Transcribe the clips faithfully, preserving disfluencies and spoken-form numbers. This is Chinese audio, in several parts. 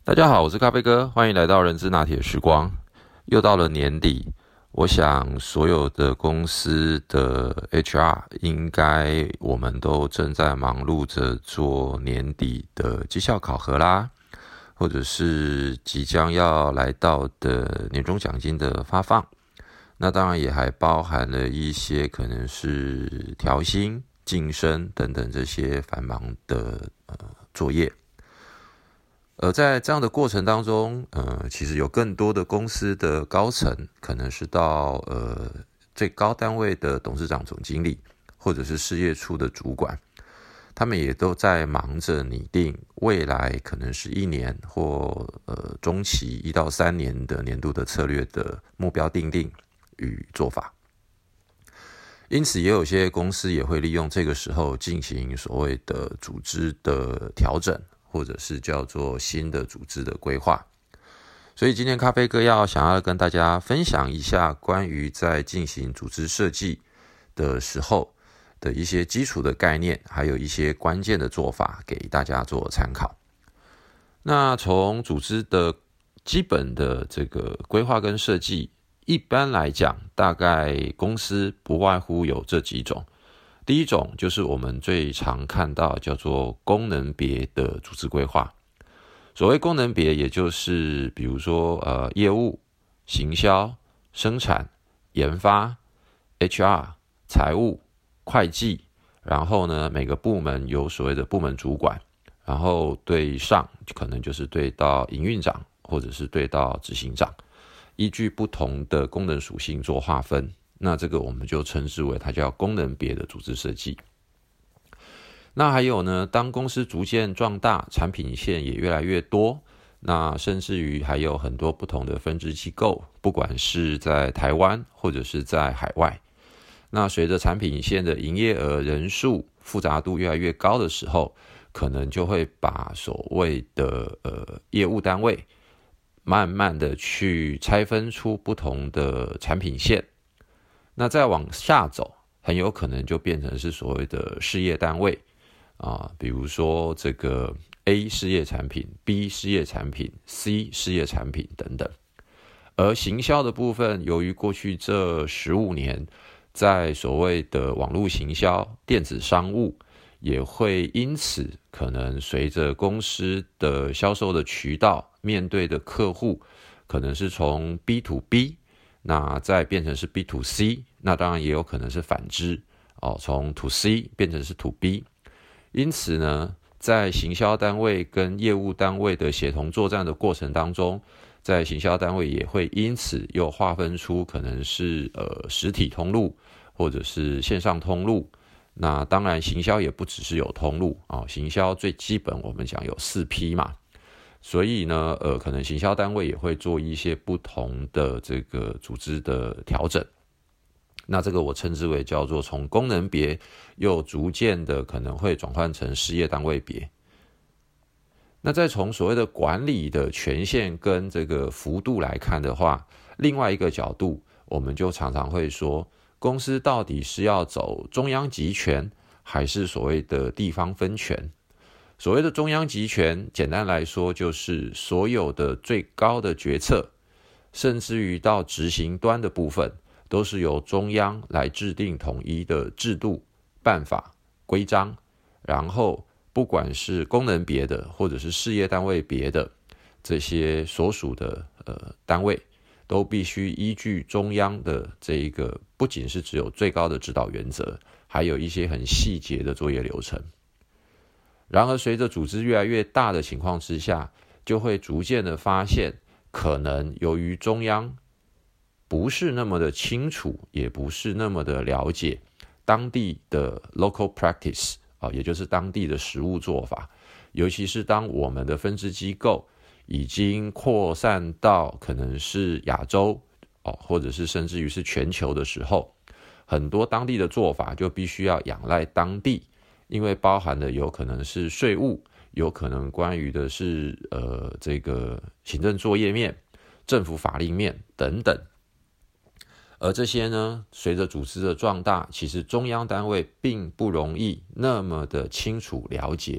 大家好，我是咖啡哥，欢迎来到人之拿铁时光。又到了年底，我想所有的公司的 H R 应该我们都正在忙碌着做年底的绩效考核啦，或者是即将要来到的年终奖金的发放。那当然也还包含了一些可能是调薪、晋升等等这些繁忙的呃作业。而在这样的过程当中，呃，其实有更多的公司的高层，可能是到呃最高单位的董事长、总经理，或者是事业处的主管，他们也都在忙着拟定未来可能是一年或呃中期一到三年的年度的策略的目标定定与做法。因此，也有些公司也会利用这个时候进行所谓的组织的调整，或者是叫做新的组织的规划。所以今天咖啡哥要想要跟大家分享一下关于在进行组织设计的时候的一些基础的概念，还有一些关键的做法给大家做参考。那从组织的基本的这个规划跟设计，一般来讲，大概公司不外乎有这几种。第一种就是我们最常看到叫做功能别的组织规划。所谓功能别，也就是比如说呃业务、行销、生产、研发、H R、财务、会计，然后呢每个部门有所谓的部门主管，然后对上可能就是对到营运长或者是对到执行长，依据不同的功能属性做划分。那这个我们就称之为它叫功能别的组织设计。那还有呢，当公司逐渐壮大，产品线也越来越多，那甚至于还有很多不同的分支机构，不管是在台湾或者是在海外。那随着产品线的营业额、人数、复杂度越来越高的时候，可能就会把所谓的呃业务单位慢慢的去拆分出不同的产品线。那再往下走，很有可能就变成是所谓的事业单位啊，比如说这个 A 事业产品、B 事业产品、C 事业产品等等。而行销的部分，由于过去这十五年，在所谓的网络行销、电子商务，也会因此可能随着公司的销售的渠道、面对的客户，可能是从 B to B。那再变成是 B to C， 那当然也有可能是反之哦，从 to C 变成是 to B。因此呢，在行销单位跟业务单位的协同作战的过程当中，在行销单位也会因此又划分出可能是呃实体通路或者是线上通路。那当然，行销也不只是有通路哦，行销最基本我们讲有四 P 嘛。所以呢，呃，可能行销单位也会做一些不同的这个组织的调整。那这个我称之为叫做从功能别又逐渐的可能会转换成事业单位别。那再从所谓的管理的权限跟这个幅度来看的话，另外一个角度，我们就常常会说，公司到底是要走中央集权，还是所谓的地方分权？所谓的中央集权，简单来说就是所有的最高的决策，甚至于到执行端的部分，都是由中央来制定统一的制度、办法、规章，然后不管是功能别的或者是事业单位别的这些所属的呃单位，都必须依据中央的这一个，不仅是只有最高的指导原则，还有一些很细节的作业流程。然而随着组织越来越大的情况之下，就会逐渐的发现，可能由于中央不是那么的清楚，也不是那么的了解当地的 local practice， 也就是当地的实务做法，尤其是当我们的分支机构已经扩散到可能是亚洲，或者是甚至于是全球的时候，很多当地的做法就必须要仰赖当地，因为包含的有可能是税务，有可能关于的是呃这个行政作业面、政府法令面等等。而这些呢，随着组织的壮大，其实中央单位并不容易那么的清楚了解，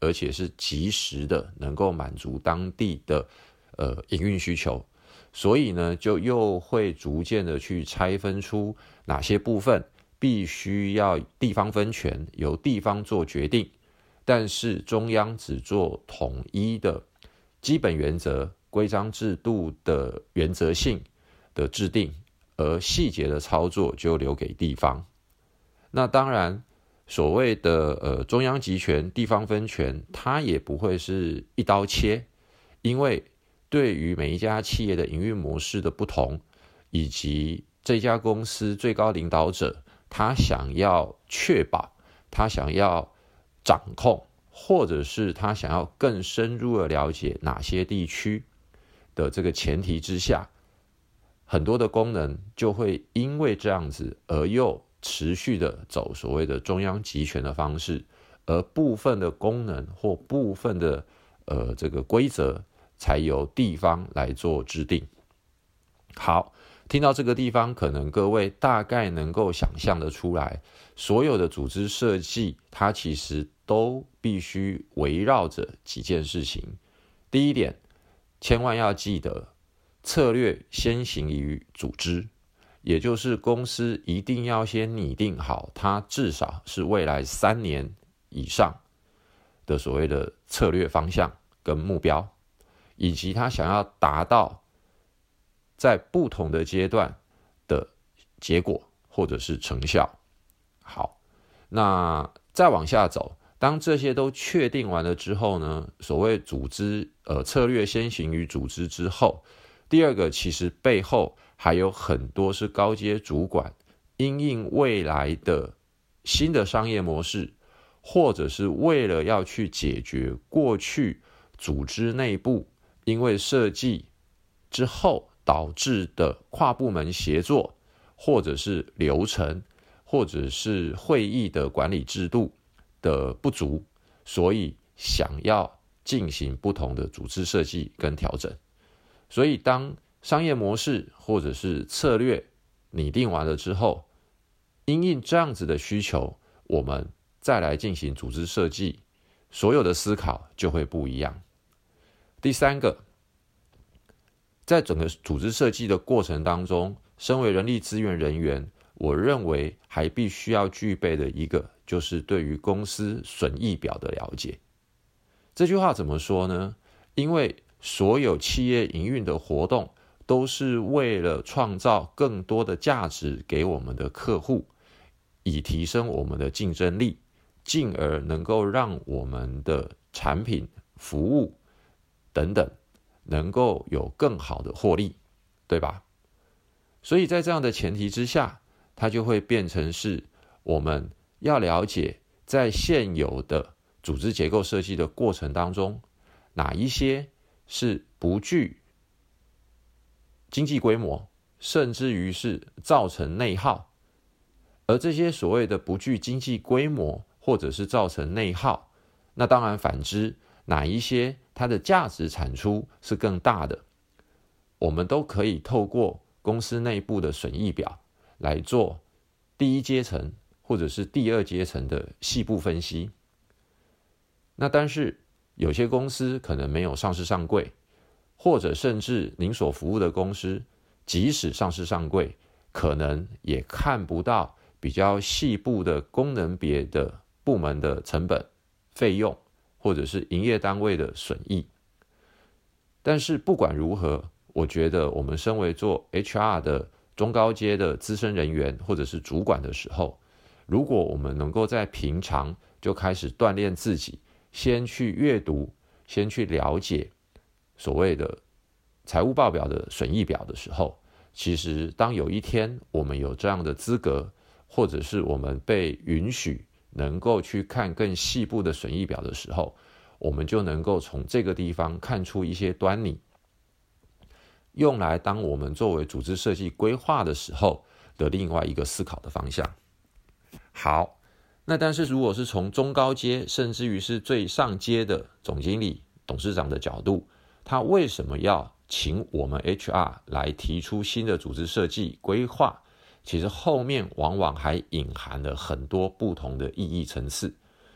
而且是及时的能够满足当地的呃营运需求。所以呢，就又会逐渐的去拆分出哪些部分必须要地方分权，由地方做决定，但是中央只做统一的基本原则、规章制度的原则性的制定，而细节的操作就留给地方。那当然，所谓的呃中央集权、地方分权，它也不会是一刀切，因为对于每一家企业的营运模式的不同，以及这家公司最高领导者他想要确保，他想要掌控，或者是他想要更深入的了解哪些地区的这个前提之下，很多的功能就会因为这样子而又持续的走所谓的中央集权的方式，而部分的功能或部分的呃这个规则才由地方来做制定。好，听到这个地方，可能各位大概能够想象得出来，所有的组织设计，它其实都必须围绕着几件事情。第一点，千万要记得，策略先行于组织，也就是公司一定要先拟定好，它至少是未来三年以上的所谓的策略方向跟目标，以及他想要达到在不同的阶段的结果或者是成效。好，那再往下走，当这些都确定完了之后呢，所谓组织呃策略先行于组织之后，第二个其实背后还有很多是高阶主管因应未来的新的商业模式，或者是为了要去解决过去组织内部因为设计之后导致的跨部门协作，或者是流程，或者是会议的管理制度的不足，所以想要进行不同的组织设计跟调整。所以当商业模式或者是策略拟定完了之后，因应这样子的需求，我们再来进行组织设计，所有的思考就会不一样。第三个，在整个组织设计的过程当中，身为人力资源人员，我认为还必须要具备的一个，就是对于公司损益表的了解。这句话怎么说呢？因为所有企业营运的活动都是为了创造更多的价值给我们的客户，以提升我们的竞争力，进而能够让我们的产品、服务等等能够有更好的获利，对吧？所以在这样的前提之下，它就会变成是我们要了解在现有的组织结构设计的过程当中，哪一些是不具经济规模，甚至于是造成内耗，而这些所谓的不具经济规模或者是造成内耗，那当然反之，哪一些它的价值产出是更大的，我们都可以透过公司内部的损益表来做第一阶层或者是第二阶层的细部分析。那但是有些公司可能没有上市上柜，或者甚至您所服务的公司即使上市上柜，可能也看不到比较细部的功能别的部门的成本、费用，或者是营业单位的损益。但是不管如何，我觉得我们身为做 H R 的中高阶的资深人员或者是主管的时候，如果我们能够在平常就开始锻炼自己，先去阅读，先去了解所谓的财务报表的损益表的时候，其实当有一天我们有这样的资格，或者是我们被允许能够去看更细部的损益表的时候，我们就能够从这个地方看出一些端倪，用来当我们作为组织设计规划的时候的另外一个思考的方向。好，那但是如果是从中高阶甚至于是最上阶的总经理、董事长的角度，他为什么要请我们 H R 来提出新的组织设计规划？其实后面往往还隐含了很多不同的意义层次。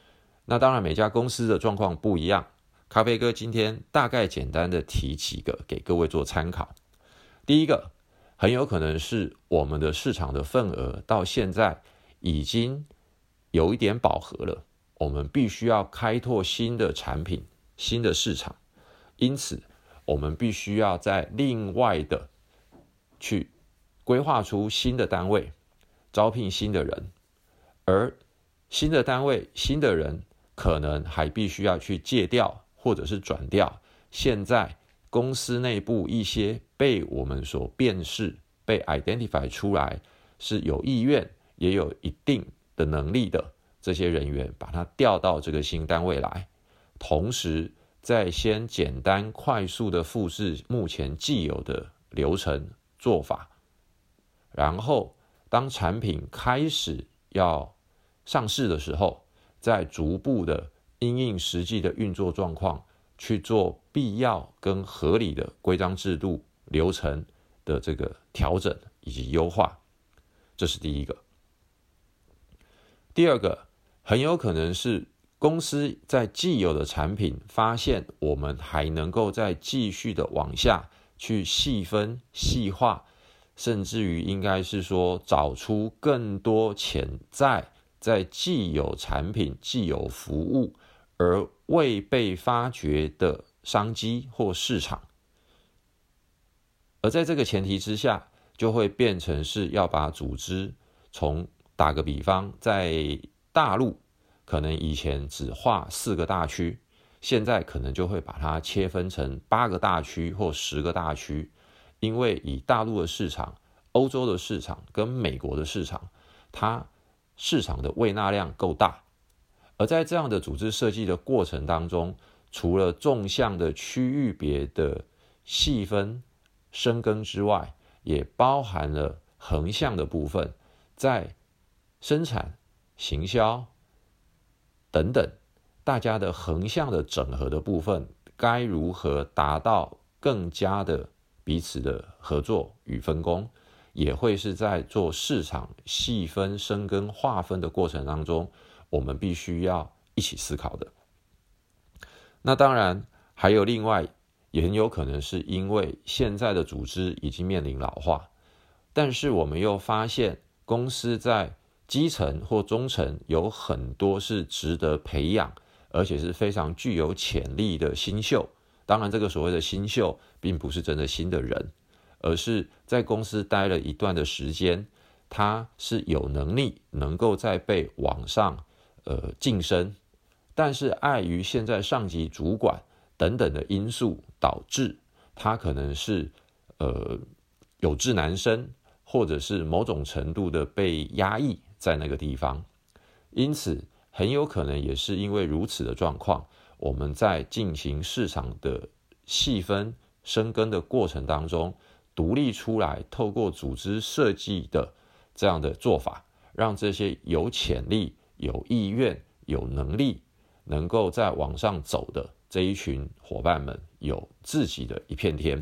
那当然每家公司的状况不一样，咖啡哥今天大概简单的提几个给各位做参考。第一个，很有可能是我们的市场的份额到现在已经有一点饱和了，我们必须要开拓新的产品、新的市场，因此我们必须要在另外的去规划出新的单位，招聘新的人，而新的单位、新的人可能还必须要去借调或者是转调现在公司内部一些被我们所辨识、被 identify 出来是有意愿也有一定的能力的这些人员，把它调到这个新单位来，同时再先简单快速的复制目前既有的流程做法，然后当产品开始要上市的时候，再逐步的因应实际的运作状况去做必要跟合理的规章制度流程的这个调整以及优化，这是第一个。第二个，很有可能是公司在既有的产品发现我们还能够再继续的往下去细分细化，甚至于应该是说找出更多潜在在既有产品、既有服务而未被发掘的商机或市场。而在这个前提之下，就会变成是要把组织从打个比方，在大陆可能以前只划四个大区，现在可能就会把它切分成八个大区或十个大区，因为以大陆的市场、欧洲的市场跟美国的市场，它市场的胃纳量够大。而在这样的组织设计的过程当中，除了纵向的区域别的细分深耕之外，也包含了横向的部分，在生产、行销等等大家的横向的整合的部分，该如何达到更加的彼此的合作与分工，也会是在做市场细分深耕划分的过程当中，我们必须要一起思考的。那当然还有另外，也很有可能是因为现在的组织已经面临老化，但是我们又发现公司在基层或中层有很多是值得培养而且是非常具有潜力的新秀。当然这个所谓的新秀并不是真的新的人，而是在公司待了一段的时间，他是有能力能够再被往上呃晋升，但是碍于现在上级主管等等的因素，导致他可能是呃有志难伸，或者是某种程度的被压抑在那个地方。因此很有可能也是因为如此的状况，我们在进行市场的细分深耕的过程当中，独立出来透过组织设计的这样的做法，让这些有潜力、有意愿、有能力能够再往上走的这一群伙伴们有自己的一片天。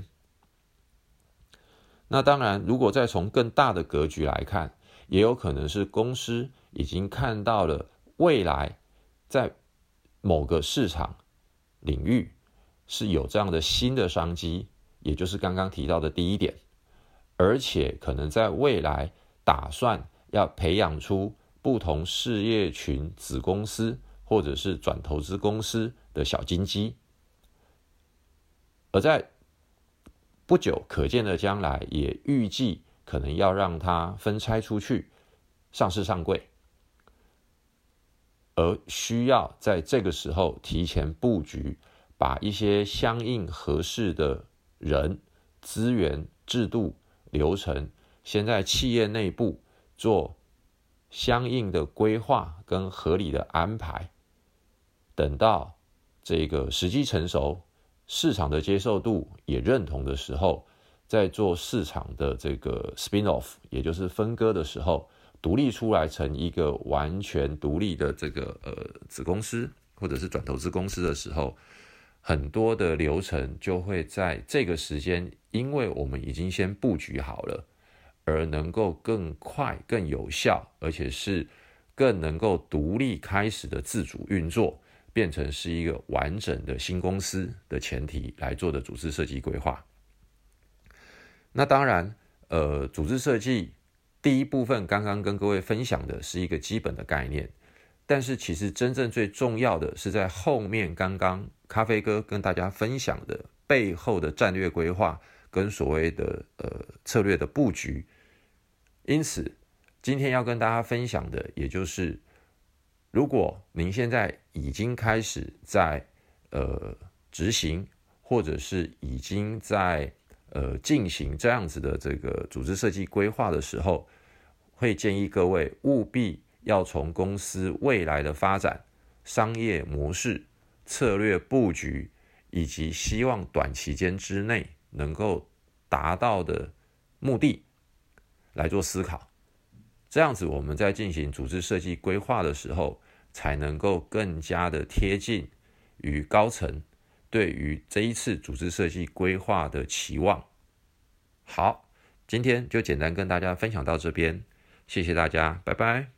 那当然如果再从更大的格局来看，也有可能是公司已经看到了未来在某个市场领域是有这样的新的商机，也就是刚刚提到的第一点，而且可能在未来打算要培养出不同事业群子公司或者是转投资公司的小金鸡，而在不久可见的将来，也预计可能要让它分拆出去上市上柜，而需要在这个时候提前布局，把一些相应合适的人、资源、制度、流程，先在企业内部做相应的规划跟合理的安排，等到这个时机成熟，市场的接受度也认同的时候，在做市场的这个 spin off， 也就是分割的时候，独立出来成一个完全独立的这个呃子公司或者是转投资公司的时候，很多的流程就会在这个时间，因为我们已经先布局好了，而能够更快、更有效，而且是更能够独立开始的自主运作，变成是一个完整的新公司的前提来做的组织设计规划。那当然，呃，组织设计第一部分刚刚跟各位分享的是一个基本的概念，但是其实真正最重要的是在后面刚刚咖啡哥跟大家分享的背后的战略规划跟所谓的呃策略的布局。因此今天要跟大家分享的，也就是如果您现在已经开始在呃执行，或者是已经在呃进行这样子的这个组织设计规划的时候，会建议各位务必要从公司未来的发展、商业模式、策略布局，以及希望短期间之内能够达到的目的来做思考。这样子我们在进行组织设计规划的时候，才能够更加的贴近于高层对于这一次组织设计规划的期望。好，今天就简单跟大家分享到这边，谢谢大家，拜拜。